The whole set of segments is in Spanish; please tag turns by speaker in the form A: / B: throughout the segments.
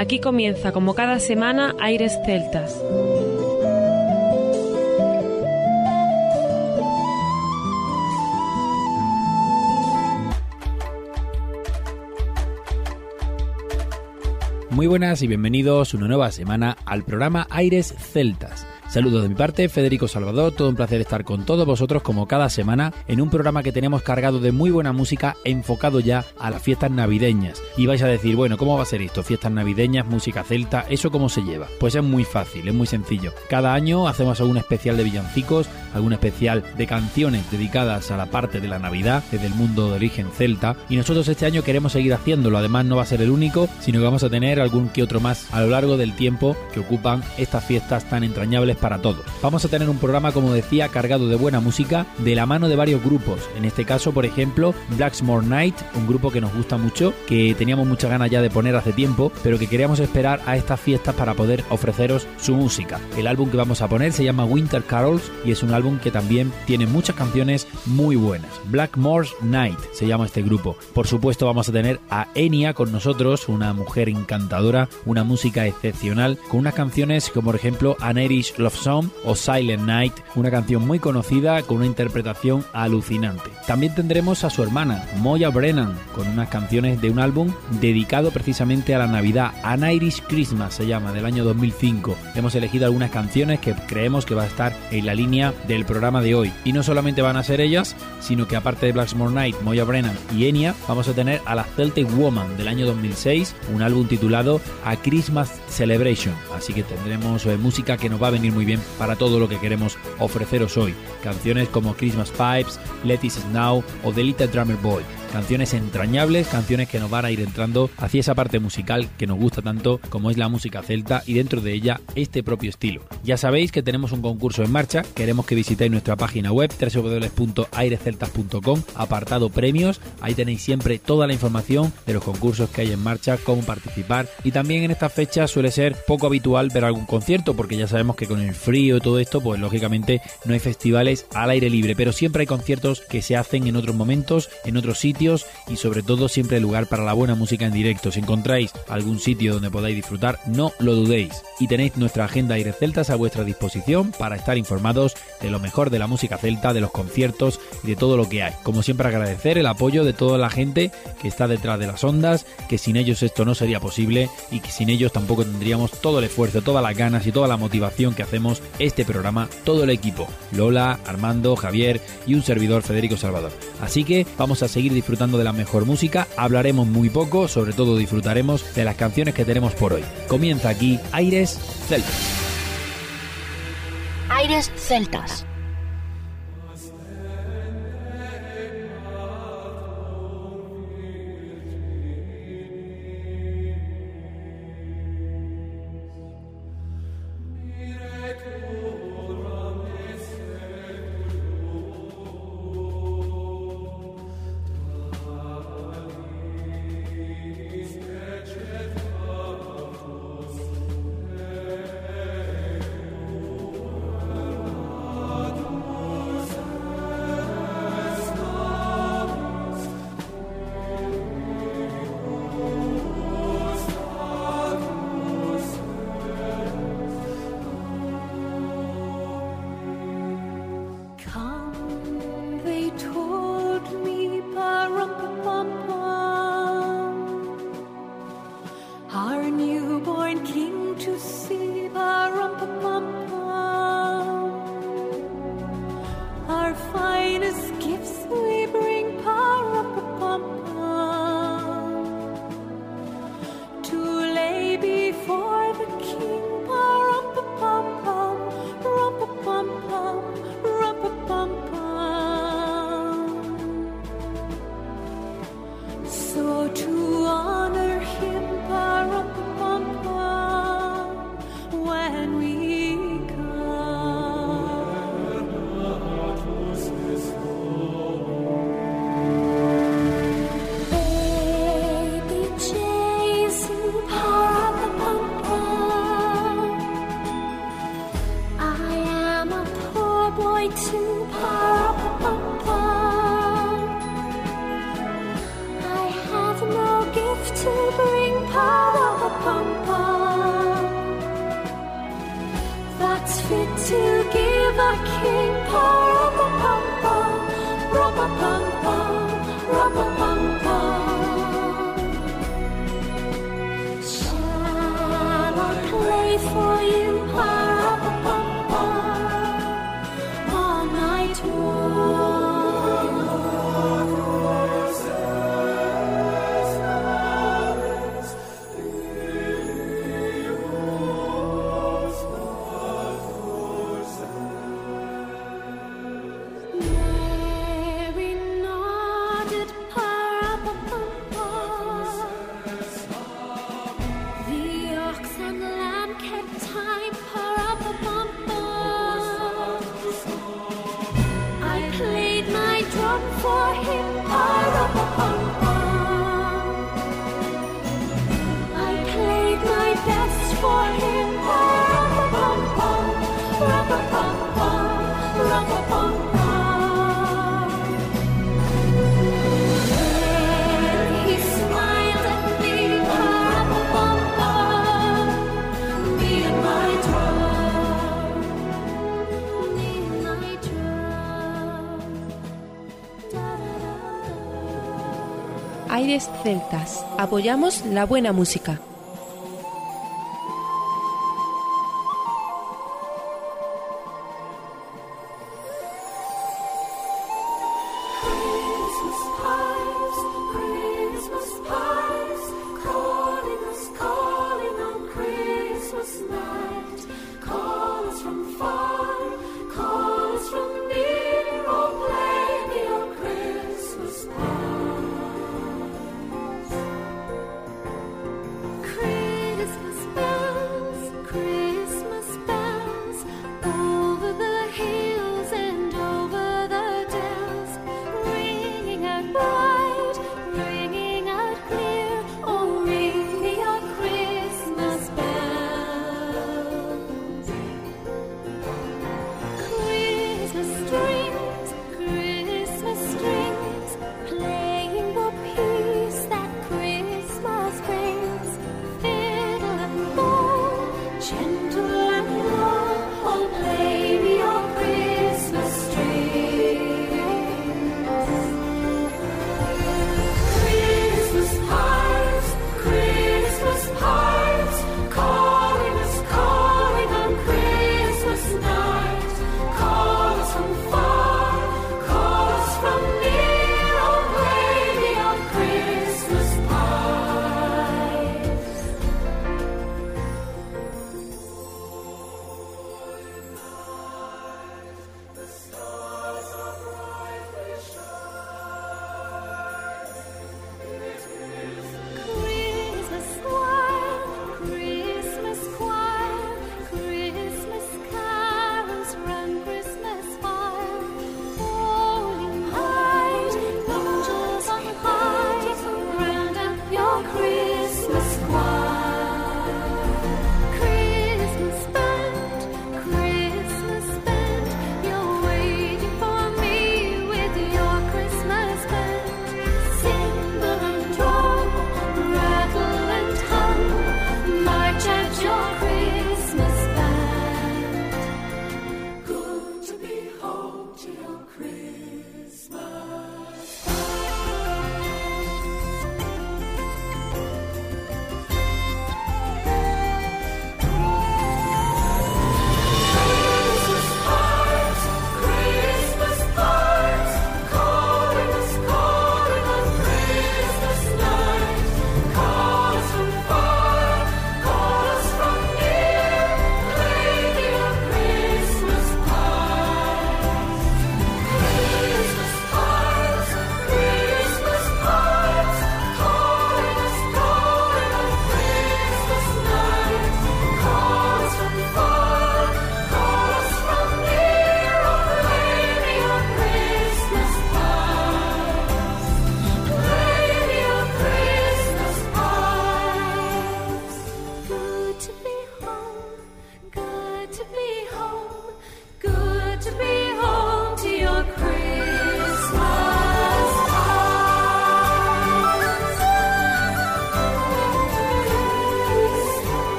A: Aquí comienza, como cada semana, Aires Celtas.
B: Muy buenas y bienvenidos una nueva semana al programa Aires Celtas. Saludos de mi parte, Federico Salvador, todo un placer estar con todos vosotros como cada semana en un programa que tenemos cargado de muy buena música enfocado ya a las fiestas navideñas. Y vais a decir, bueno, ¿cómo va a ser esto? Fiestas navideñas, música celta, ¿eso cómo se lleva? Pues es muy fácil, es muy sencillo. Cada año hacemos algún especial de villancicos, algún especial de canciones dedicadas a la parte de la Navidad desde el mundo de origen celta, y nosotros este año queremos seguir haciéndolo. Además no va a ser el único, sino que vamos a tener algún que otro más a lo largo del tiempo que ocupan estas fiestas tan entrañables para todos. Vamos a tener un programa, como decía, cargado de buena música de la mano de varios grupos. En este caso, por ejemplo, Blacksmore Night, un grupo que nos gusta mucho, que teníamos muchas ganas ya de poner hace tiempo, pero que queríamos esperar a estas fiestas para poder ofreceros su música. El álbum que vamos a poner se llama Winter Carols y es un álbum que también tiene muchas canciones muy buenas. Blacksmore Night se llama este grupo. Por supuesto vamos a tener a Enya con nosotros, una mujer encantadora, una música excepcional, con unas canciones como por ejemplo An Irish Love Song o Silent Night, una canción muy conocida con una interpretación alucinante. También tendremos a su hermana, Moya Brennan, con unas canciones de un álbum dedicado precisamente a la Navidad, An Irish Christmas se llama, del año 2005. Hemos elegido algunas canciones que creemos que va a estar en la línea del programa de hoy. Y no solamente van a ser ellas, sino que aparte de Blacksmore Night, Moya Brennan y Enya, vamos a tener a la Celtic Woman del año 2006, un álbum titulado A Christmas Celebration. Así que tendremos música que nos va a venir muy bien para todo lo que queremos ofreceros hoy. Canciones como Christmas Pipes, Let It Snow o The Little Drummer Boy. Canciones entrañables, canciones que nos van a ir entrando hacia esa parte musical que nos gusta tanto como es la música celta y dentro de ella este propio estilo. Ya sabéis que tenemos un concurso en marcha, queremos que visitéis nuestra página web www.airesceltas.com, apartado premios, ahí tenéis siempre toda la información de los concursos que hay en marcha, cómo participar, y también en estas fechas suele ser poco habitual ver algún concierto porque ya sabemos que con el frío y todo esto pues lógicamente no hay festivales al aire libre, pero siempre hay conciertos que se hacen en otros momentos, en otros sitios, y sobre todo siempre hay lugar para la buena música en directo. Si encontráis algún sitio donde podáis disfrutar, no lo dudéis. Y tenéis nuestra agenda Aires Celtas a vuestra disposición para estar informados de lo mejor de la música celta, de los conciertos y de todo lo que hay. Como siempre, agradecer el apoyo de toda la gente que está detrás de las ondas, que sin ellos esto no sería posible y que sin ellos tampoco tendríamos todo el esfuerzo, todas las ganas y toda la motivación que hacemos este programa, todo el equipo, Lola, Armando, Javier y un servidor, Federico Salvador. Así que vamos a seguir disfrutando de la mejor música, hablaremos muy poco, sobre todo disfrutaremos de las canciones que tenemos por hoy. Comienza aquí Aires Celtas.
C: Aires Celtas.
D: to bring pa-rum-pa-pum-pum.
C: to give a king. Pa-ra-pa-pum-pum, ra-pa-pum-pum, ra-pa-pum-pum. Shall I play for you? Pa-ra-pa-pum-pum, all night long.
D: Aires celtas. Apoyamos la buena música.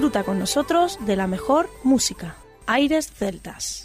E: disfruta con nosotros de la mejor música. Aires Celtas.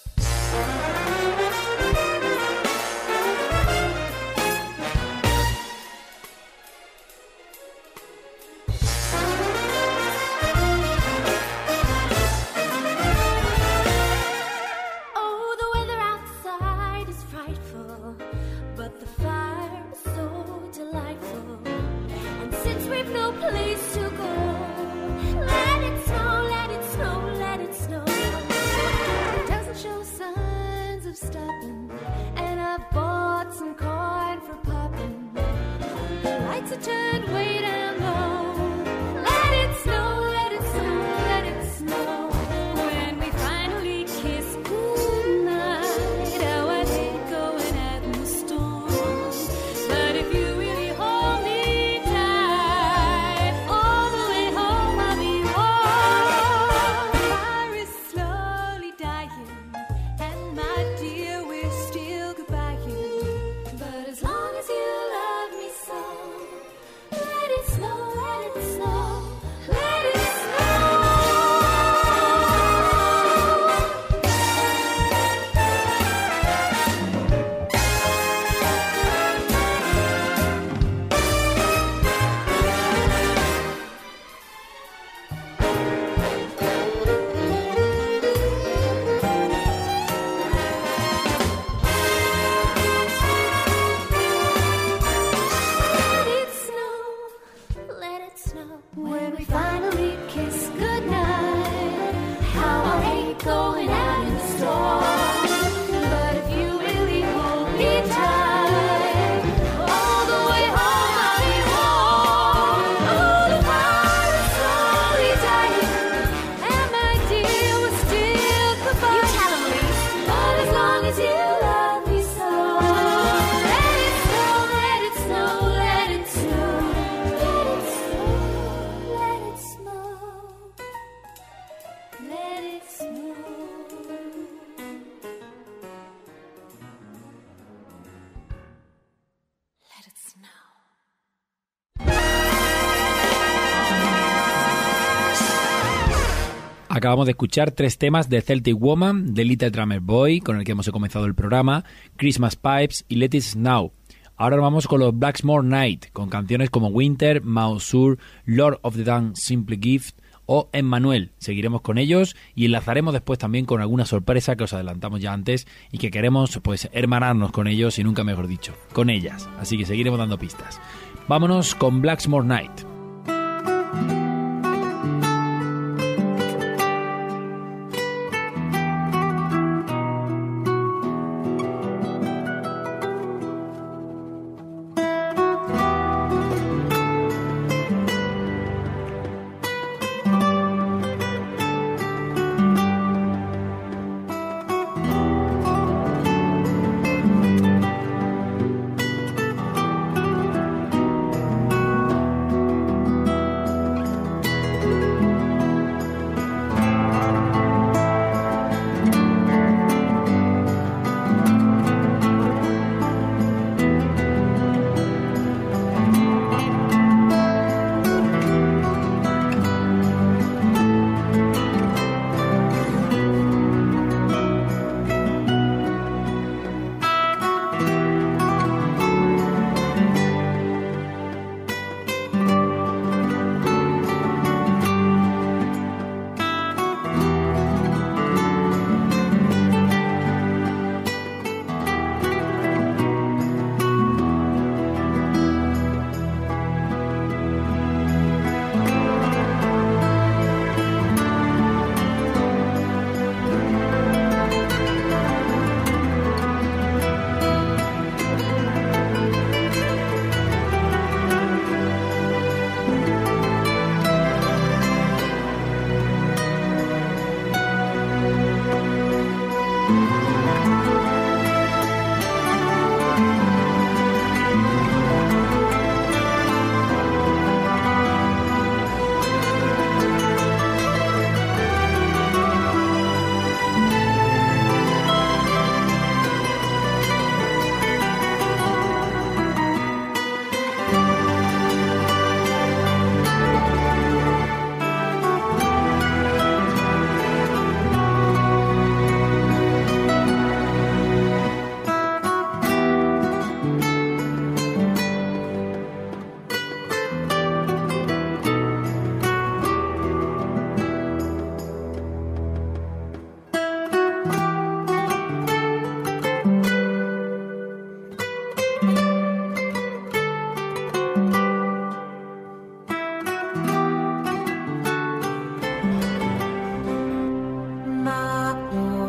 B: Acabamos de escuchar 3 temas de Celtic Woman, The Little Drummer Boy, con el que hemos comenzado el programa, Christmas Pipes y Let It Snow. Ahora vamos con los Blacksmore Night, con canciones como Winter, Mausur, Lord of the Dance Simple Gift o Emmanuel. Seguiremos con ellos y enlazaremos después también con alguna sorpresa que os adelantamos ya antes y que queremos pues hermanarnos con ellos y nunca mejor dicho, con ellas. Así que seguiremos dando pistas. Vámonos con Blacksmore Night.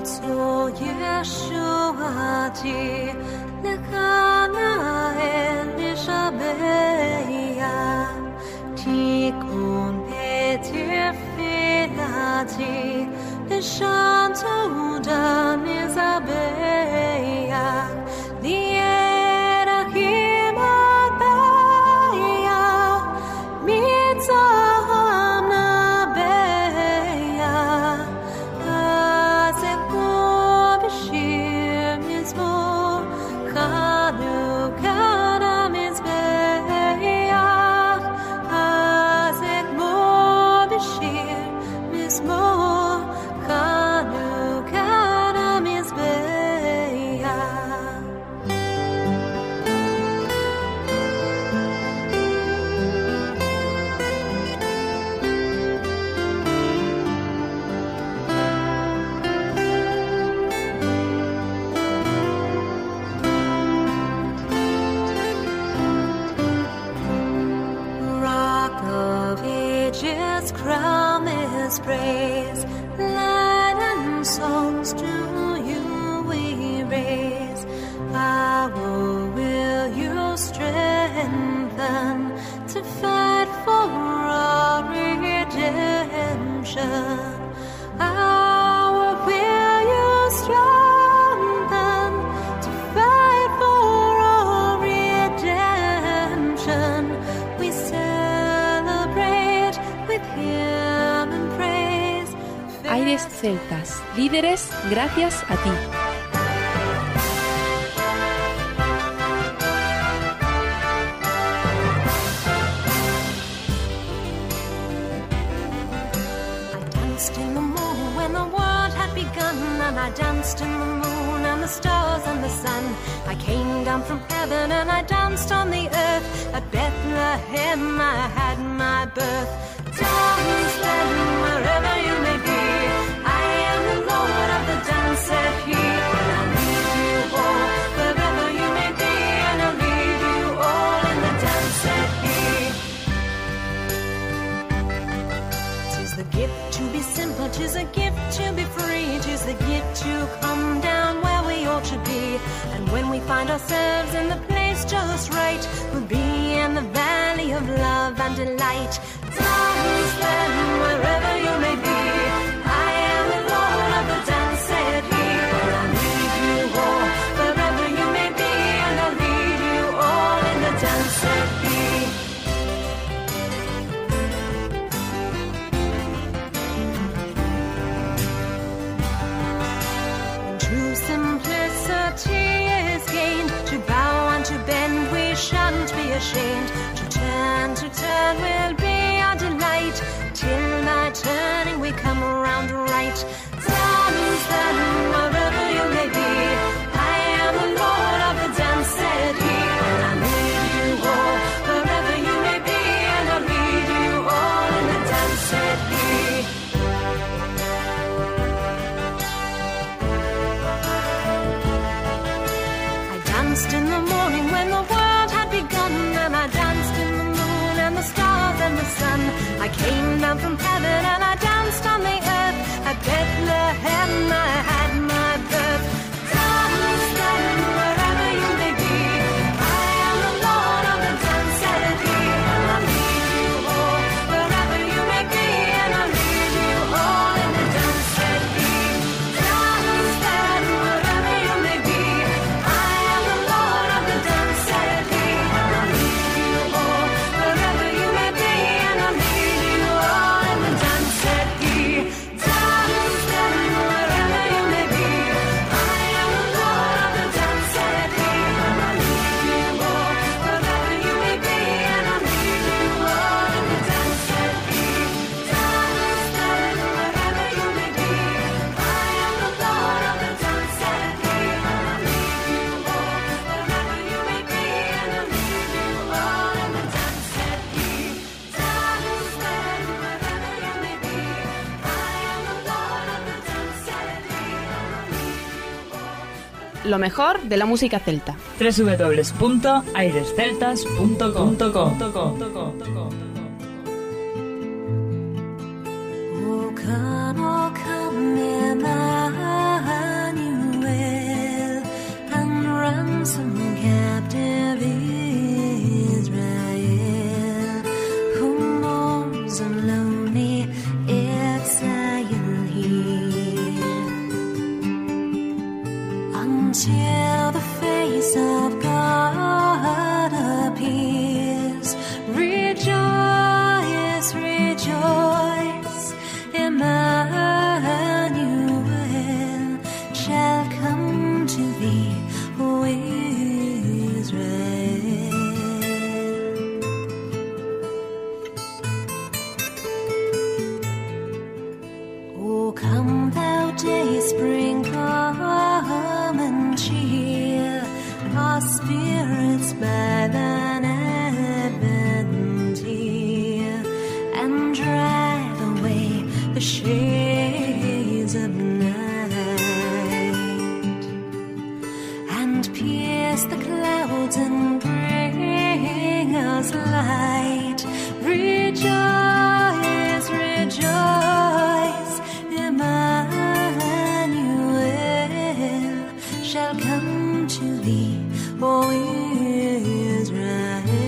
C: 또 예수아지 내가 나의 엘리사베야 티콘 베티필라지 내 산토단 이사베야 니에라 히마베야 미자나베야 아세코 비심 미스모 카누카나 미스베야 아세코 비심 미스모 카누카나 미스베야 Rock of Ages, crown His praise, light and songs to you we raise. Power will you strengthen to fight for our redemption. Power will you strengthen to fight for our redemption. We celebrate with Him in praise.
D: Aires celtas, líderes gracias a ti.
C: I danced in the moon when the world had begun, and I danced in the moon and the stars and the sun. I came down from heaven and I danced on the earth. At Bethlehem I had my birth. Dance then wherever you may be. I am the Lord of the dance, said He. And I'll lead you all wherever you may be, and I'll lead you all in the dance, said He. 'Tis the gift to be simple, 'tis a gift to be free, 'tis the gift to come down where we ought to be. And when we find ourselves in the place just right, we'll be in the valley of love and delight. Dance then wherever you may be. I am the Lord of the dance, said He. And I'll lead you all wherever you may be, and I'll lead you all in the dance, said He. True simplicity is gained. To bow and to bend we shan't be ashamed. To turn will be our delight. Till by turning we come around right. Dance then wherever you may be. I am the Lord of the dance, said He. And I'll lead you all wherever you may be, and I'll lead you all in the dance, said He. I danced in the morning when the world had begun, and I danced in the moon and the stars and the sun. I came down from heaven and I danced on the earth. At Bethlehem I had my birth. Dance then wherever you may be. I am the Lord of the dance, said He. And I'll lead you all wherever you may be, and I'll lead you all in the dance, said He. Dance then wherever you may be. I am the Lord of the dance, said He. And I'll lead you all wherever you may be, and I'll lead you all in the dance, said He. Dance then wherever you may be. I am the Lord of the dance, said He. And I'll lead you all wherever you may be, and I'll lead you all in the dance, said He. Dance then wherever you may be. I am the Lord of the dance, said He. And I'll lead you all wherever you may be, and I'll lead you all in the dance, said He. Dance then wherever you may be. I am the Lord of the dance, said He. And I'll lead you all.
F: Lo mejor de la música celta.
G: www.airesceltas.com.
C: O come, until the face of God appears. Rejoice, rejoice, Emmanuel shall come to thee, O Israel. O come thou day spring, come and cheer our spirits by thine advent here, and drive away the shades of night, and pierce the clouds and bring us light. Rejoice, rejoice, Emmanuel shall come to thee, O Israel.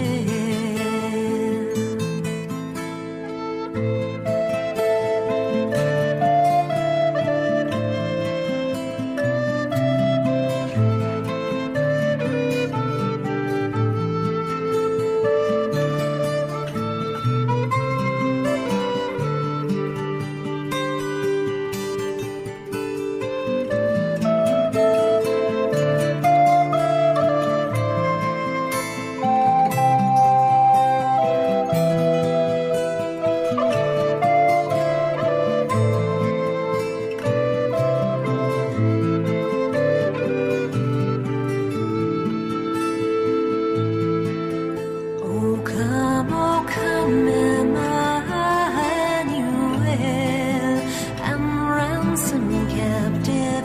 C: O come, Emmanuel, and ransom captive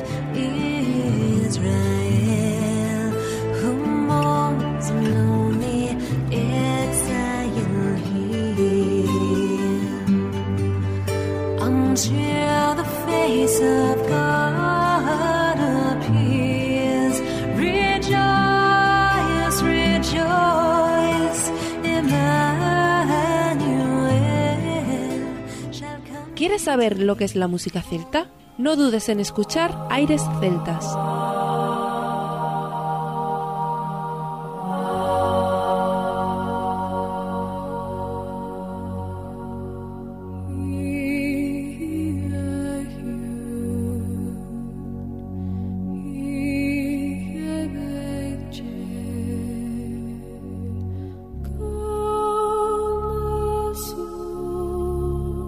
C: Israel, who mourns in lonely exile here, until the face of God appears. Rejoice, rejoice, Emmanuel shall come.
D: ¿Quieres saber lo que es la música celta? No dudes en escuchar Aires Celtas.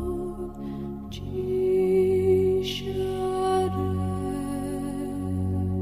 C: Share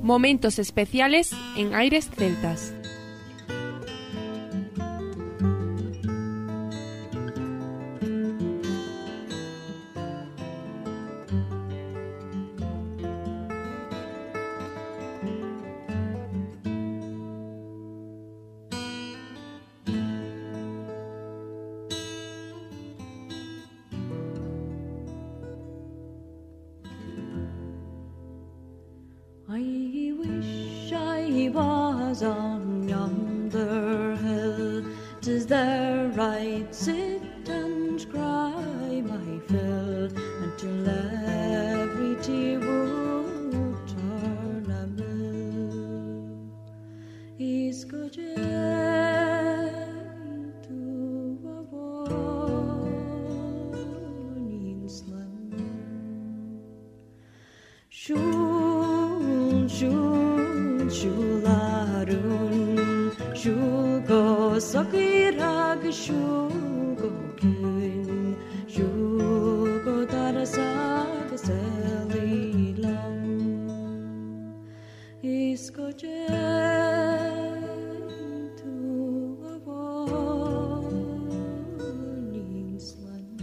D: Momentos especiales en Aires Celtas.
F: I wish I was on yonder hill, 'tis there I'd sit and cry my fill, until every tear would turn a mill. Iscoje to a Insland. Shularun, shugo sakirag, shugo kin, shugo darasag selilam. Iskoje to a Insland.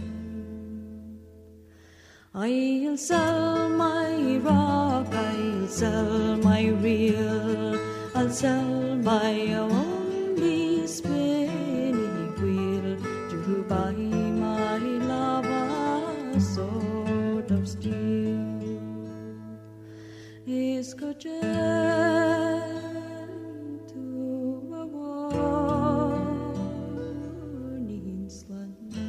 F: I'll sell my rock, I'll sell my reel, I'll sell my only spinning wheel to buy my love a sword of steel. Iskoje to a Insland.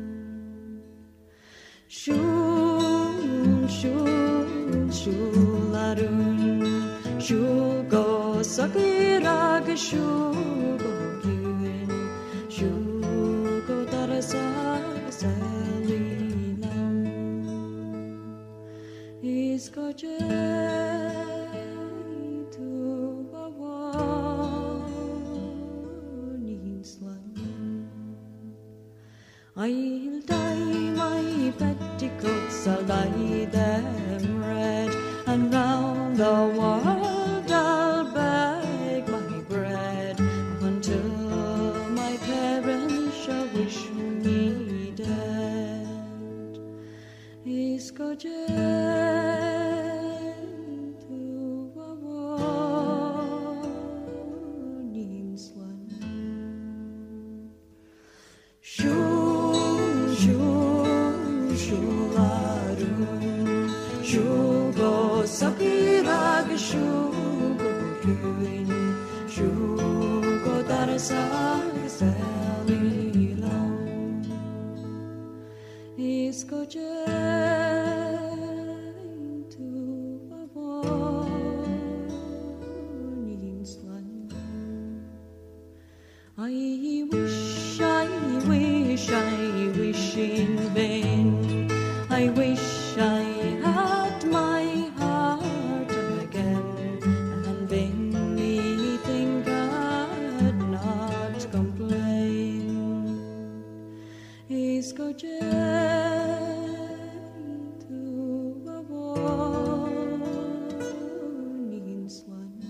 F: Shularun, shugo sakirag, shugo kyun, shugo darasag selilam. Iskoje to a Insland. I'll dye my petticoats, I'll dye them red, and round the world I'll beg my bread, until my parents shall wish me dead. Iskoje to a Insland. Shularun, shugo sakirag, shugo kyun, shugo darasag selilam. Iskoje to a Insland. I wish in vain. I wish I had my heart again, and then anything I'd not complain. Iskoje to a Insland.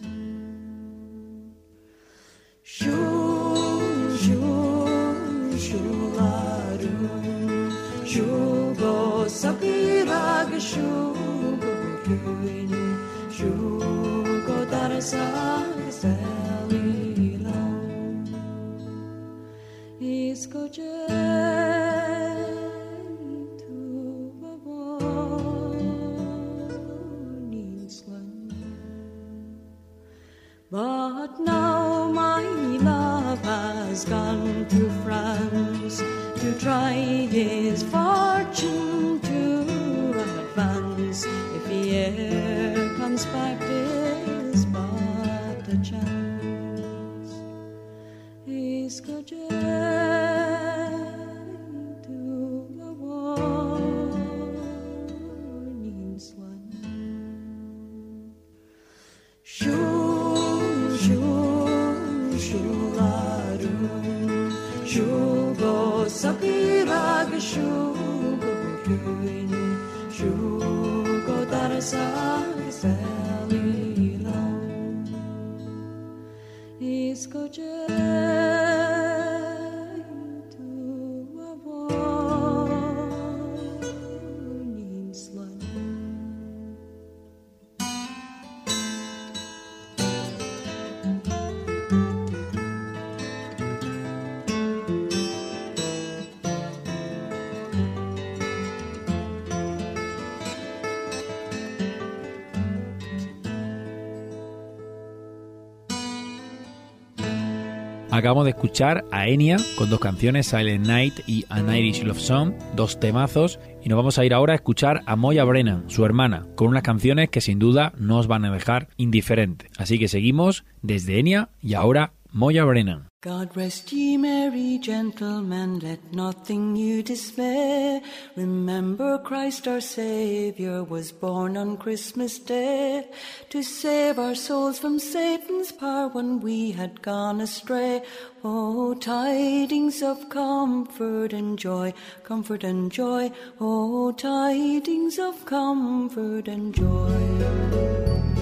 F: Shularun, shugo sakirag, shugo kyun, shugo darasag selilam. Iskoje to a Insland. But now my love has gone to France to try his fortune to advance. If he e'er comes back, 'tis but a chance. Iskoje to a Insland. Shularun, shugo sakirag, shugo kyun, shugo darasag selilam.
B: Acabamos de escuchar a Enya con dos canciones, Silent Night y An Irish Love Song, dos temazos, y nos vamos a ir ahora a escuchar a Moya Brennan, su hermana, con unas canciones que sin duda no os van a dejar indiferentes. Así que seguimos desde Enya y ahora Moya Brennan.
F: God rest ye merry gentlemen, let nothing you dismay. Remember Christ our Saviour was born on Christmas Day, to save our souls from Satan's power when we had gone astray. Oh, tidings of comfort and joy, comfort and joy. Oh, tidings of comfort and joy.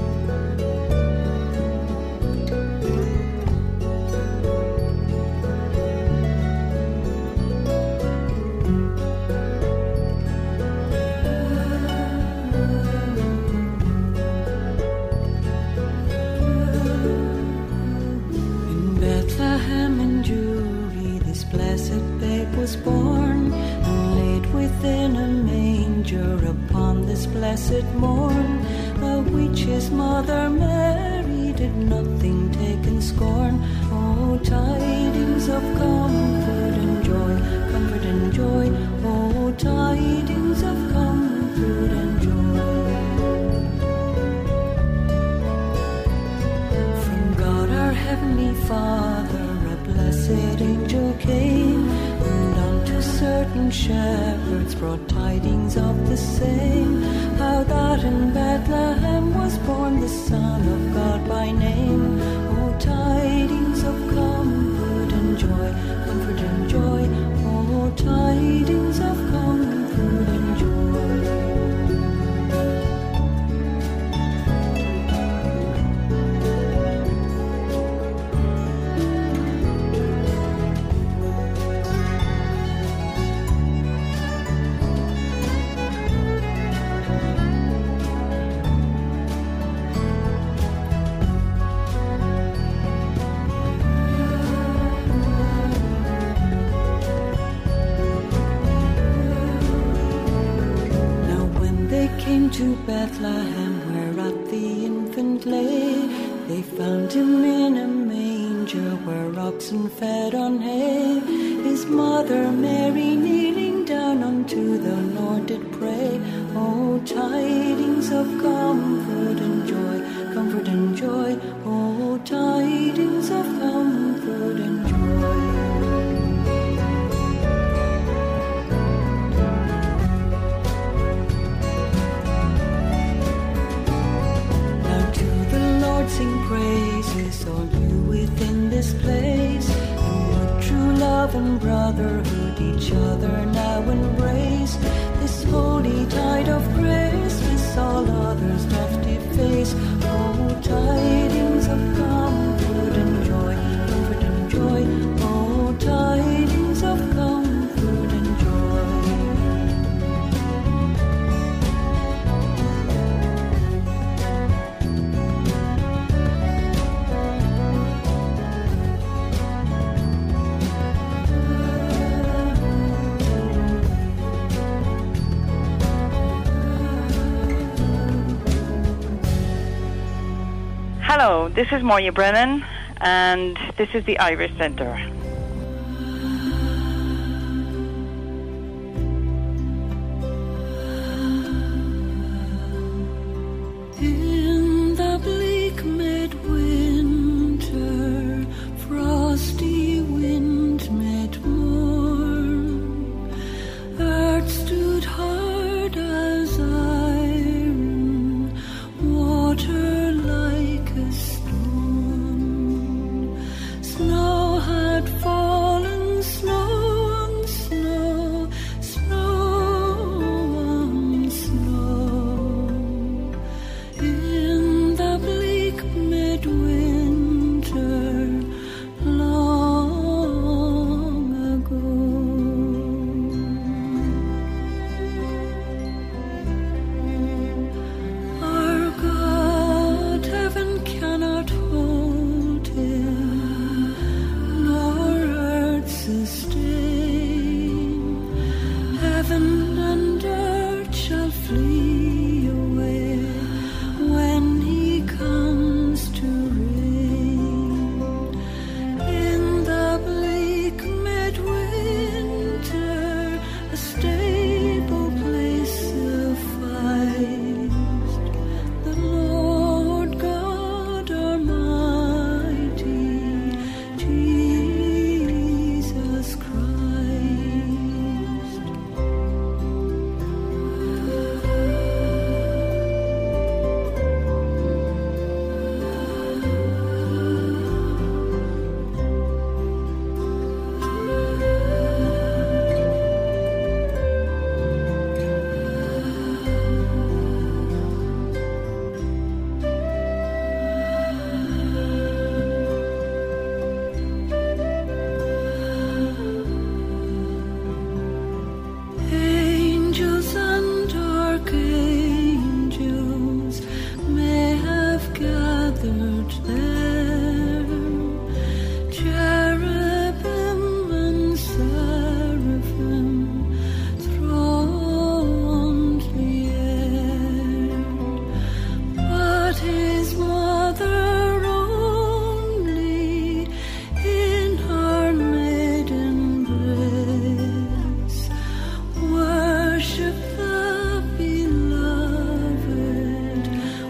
F: Was born and laid within a manger upon this blessed morn. The which his mother Mary did nothing take in scorn. Oh, tidings of comfort and joy, comfort and joy. Oh, tidings of comfort and joy. From God our heavenly Father a blessed angel came, certain shepherds brought tidings of the same, how that in Bethlehem was born the Son of God by name. Oh, tidings of comfort and joy, comfort and joy. Oh, tidings of comfort and joy. To Bethlehem, whereat the infant lay, they found him in a manger where oxen fed on hay. His mother Mary kneeling down unto the Lord did pray. Oh, tidings of comfort and joy, comfort and joy. Oh, tidings of comfort and joy. Sing praises, all you within this place, and with true love and brotherhood each other now embrace. This holy tide of grace, this all others doth deface. Oh, tidings of comfort and joy, comfort and joy. Oh, tidings of comfort and joy.
G: Hello, this is Moya Brennan, and this is the Irish Centre.
F: In the bleak midwinter, frosty wind made morn, earth stood hard as iron, water like a stone. Snow had flee away when he comes to rain. In the bleak midwinter, a stable place sufficed. The Lord God Almighty, Jesus Christ. Angels and archangels may have gathered there, cherubim and seraphim thronged the air, but his mother only in her maiden grace worship the beloved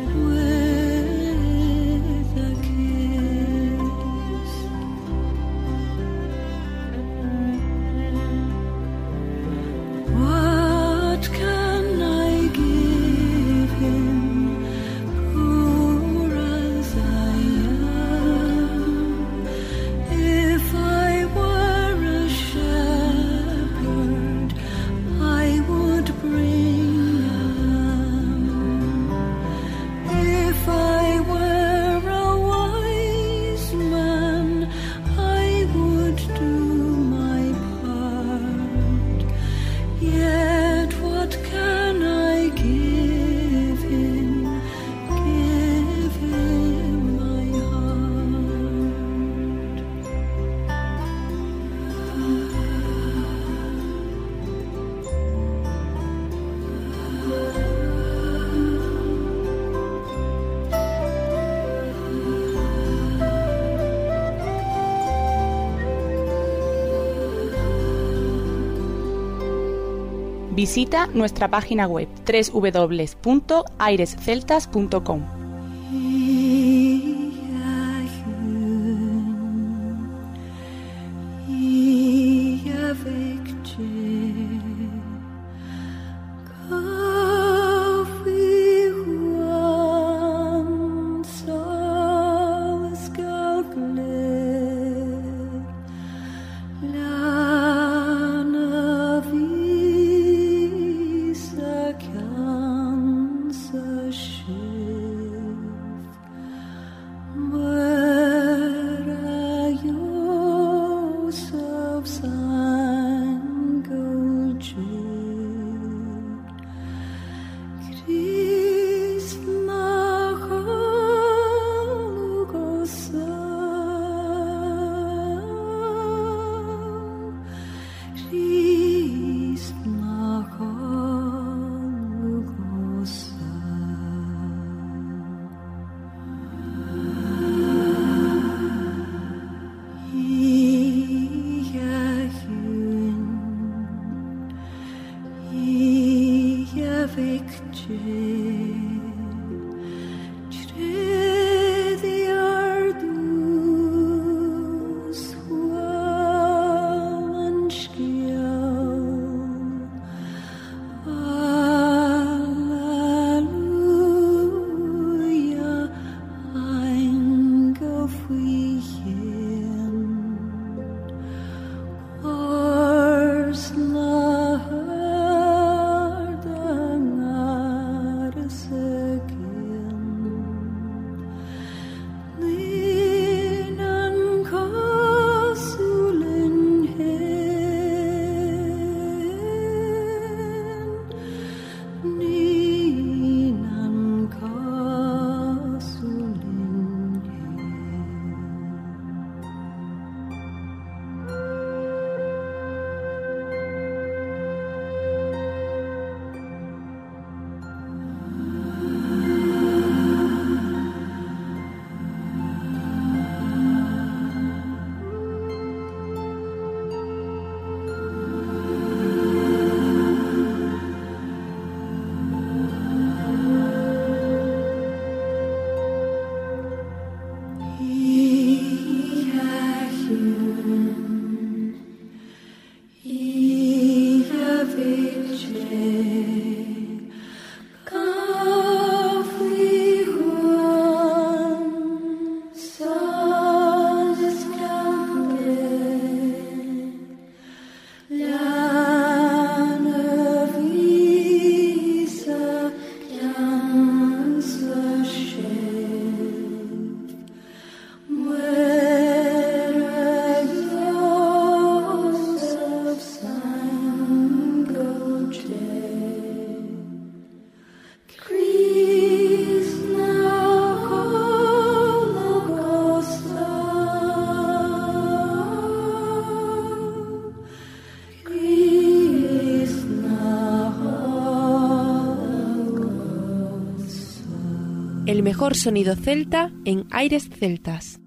F: with a kiss. What can I give him, poor as I am? If I were a shepherd, I would bring a lamb. If I were a wise man, I would do my part. Yet what can I give him? Give him my heart.
H: Visita nuestra página web www.airesceltas.com.
D: El mejor sonido celta en Aires Celtas.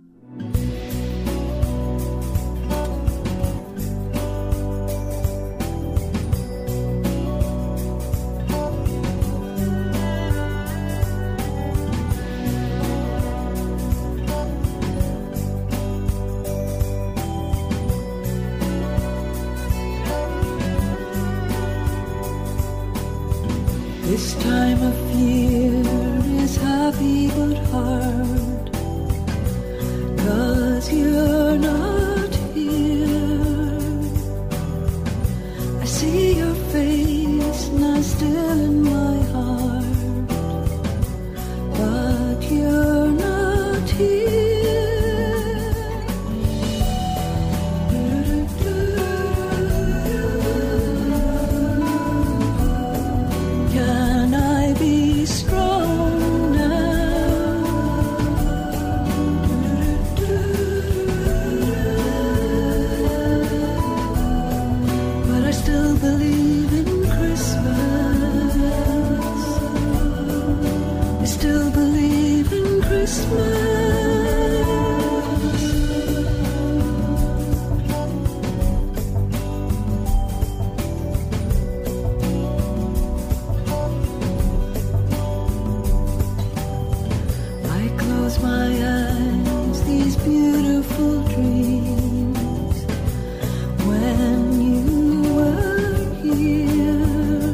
F: This time of year is happy but hard, 'cause you're not here. I see your face now still in my heart, but you're not here. Can I be strong now? But I still believe in Christmas. I still believe in Christmas. I close my eyes, these beautiful dreams, when you were here.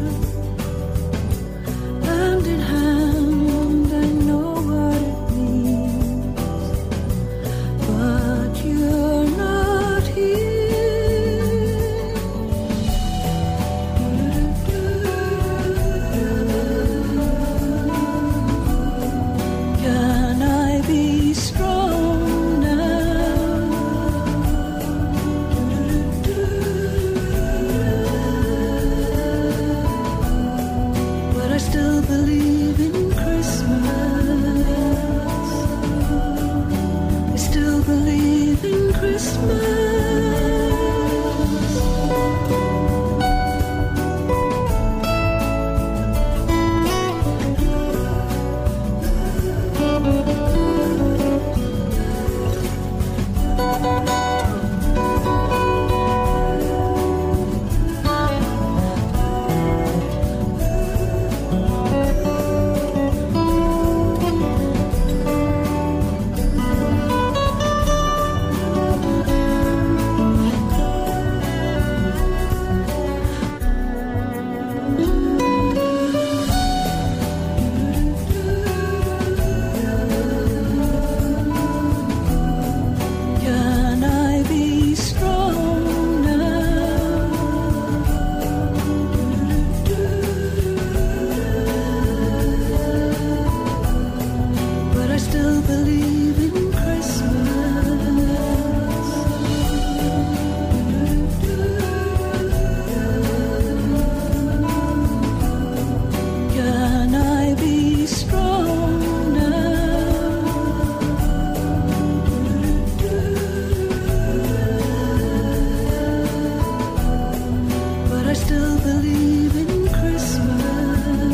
F: Hand in hand, I know what it means, but you're not here. Can I be strong now? But I still believe in Christmas. I still believe in Christmas. Can I be strong now? But I still believe in Christmas. Can I be strong now? But I still believe in Christmas.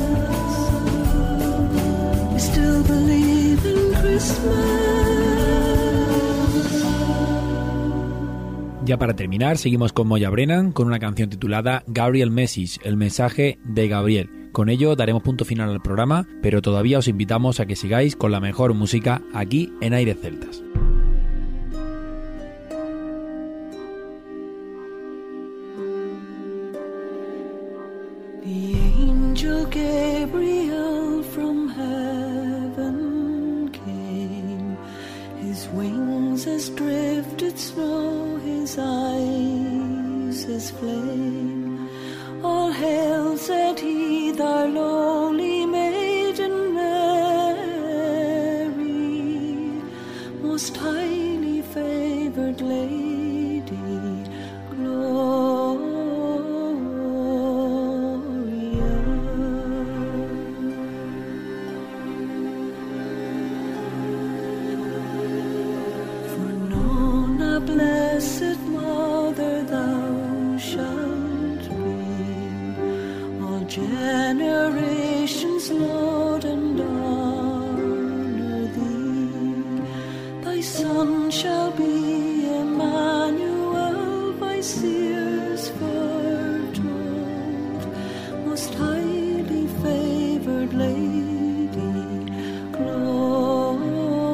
F: I still believe in Christmas.
B: Ya para terminar, seguimos con Moya Brennan con una canción titulada Gabriel Message, el mensaje de Gabriel. Con ello daremos punto final al programa, pero todavía os invitamos a que sigáis con la mejor música aquí en Aires Celtas.
F: The angel Gabriel from heaven came. His wings as drifted snow, his eyes as flame. All hail, said he, thy lowly maiden Mary, most highly favored lady, Gloria. For known a blessed mother thou shalt be, all generations Lord and honor. seers foretold, most highly favored lady, Gloria.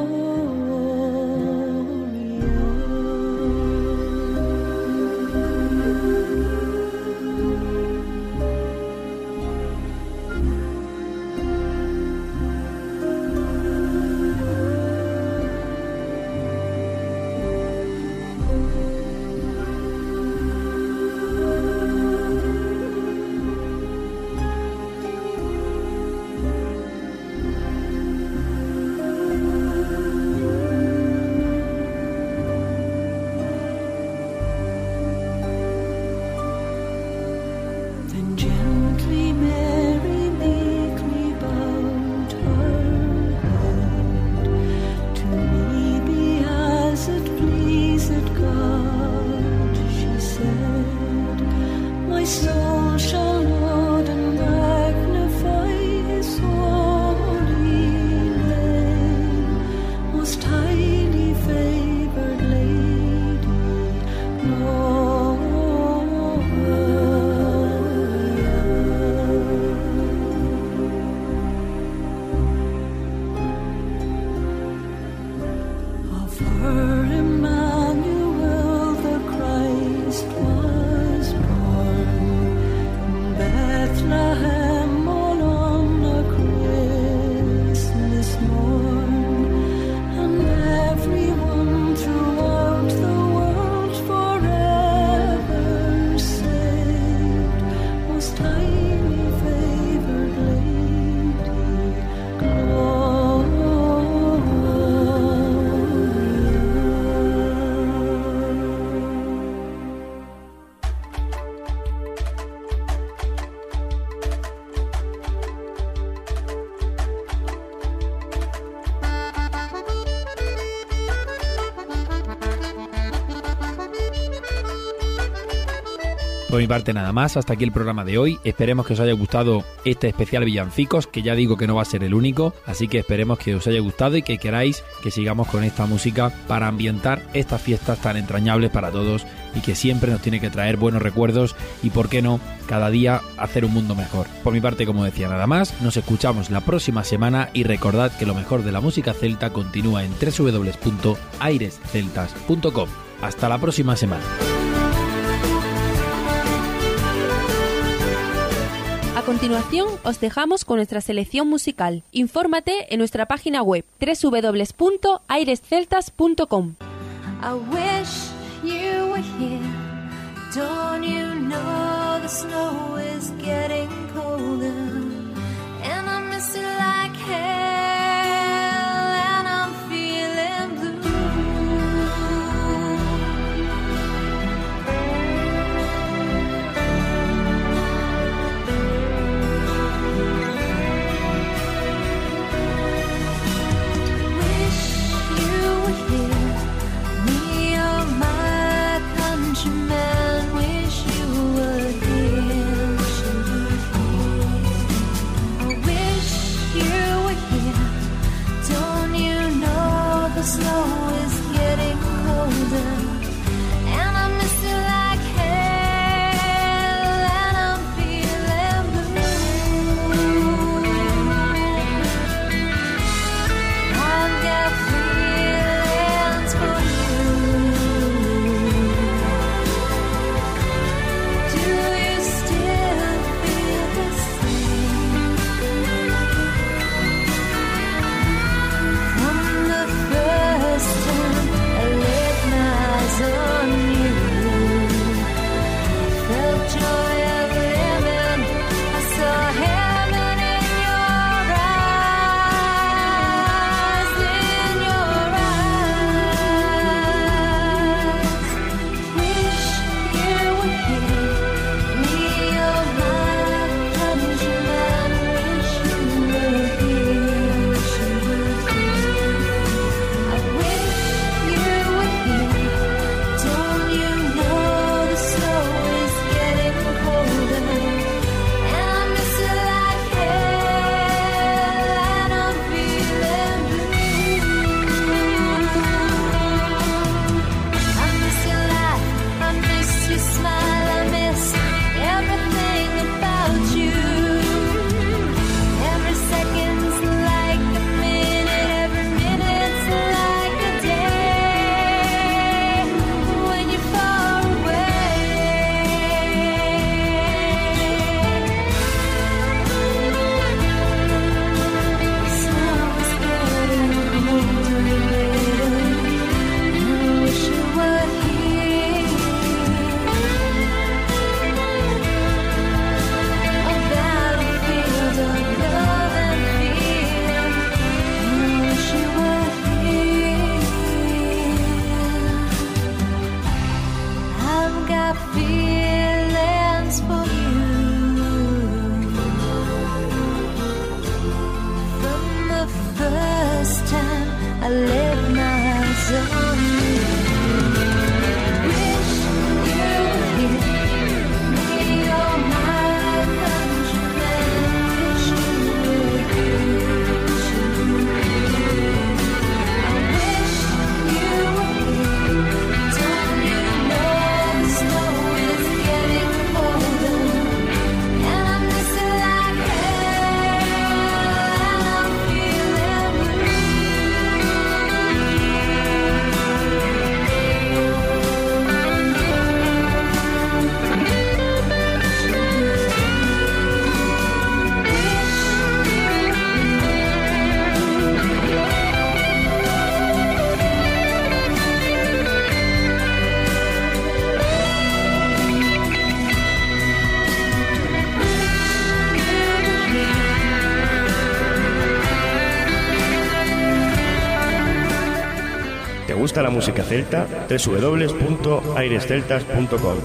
B: Por mi parte nada más, hasta aquí el programa de hoy. Esperemos que os haya gustado este especial Villancicos, que ya digo que no va a ser el único, así que esperemos que os haya gustado y que queráis que sigamos con esta música para ambientar estas fiestas tan entrañables para todos y que siempre nos tiene que traer buenos recuerdos y, por qué no, cada día hacer un mundo mejor. Por mi parte, como decía, nada más, nos escuchamos la próxima semana y recordad que lo mejor de la música celta continúa en www.airesceltas.com. Hasta la próxima semana.
D: A continuación, os dejamos con nuestra selección musical. Infórmate en nuestra página web www.airesceltas.com.
C: I wish you were here. Don't you know the snow is getting colder? And I miss it like hell, and I'm feeling blue. Man, wish you were here. my feelings for you. From the first time I laid my eyes on you. Wish you were here, maybe you're my countryman. Wish you were here, wish you were here. I wish you were here. Don't you know the snow is getting colder, and I'm missing like hell, and I'm feeling blue.
I: ¿Te gusta la música celta? www.airesceltas.com.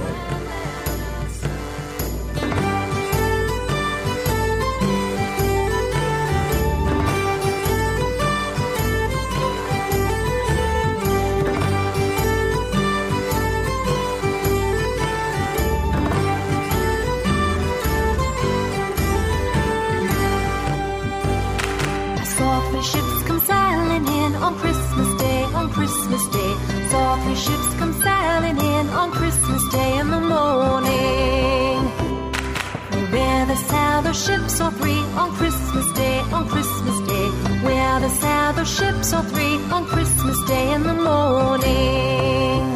C: I saw 3 ships come sailing in on Christmas Day, on Christmas Day. Saw 3 ships come sailing in on Christmas Day in the morning. Where the sail those ships all 3 on Christmas Day, on Christmas Day. Where the sail those ships all 3 on Christmas Day in the morning.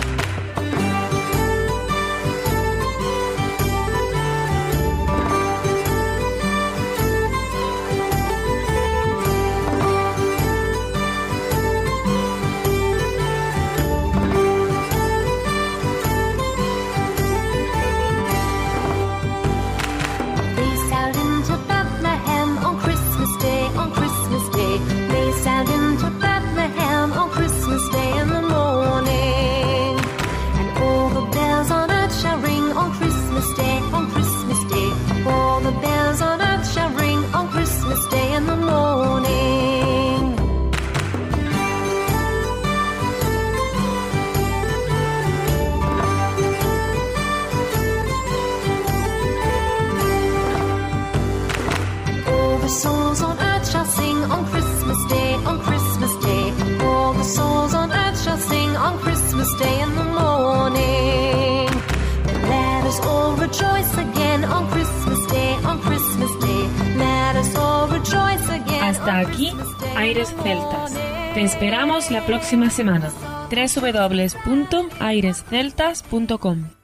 C: They sailed into Bethlehem on Christmas Day, on Christmas Day. They sailed into Bethlehem on Christmas Day in the morning. And all the bells on earth shall ring on Christmas Day, on Christmas Day. All the bells on earth shall ring on Christmas Day in the morning. All the souls on earth shall sing on Christmas Day, on Christmas Day. All the souls on earth shall sing on Christmas Day in the morning. Then let us all rejoice again on Christmas Day, on Christmas Day. Let us all rejoice again.
A: Hasta aquí, Aires Celtas. Te esperamos la próxima semana. www.airesceltas.com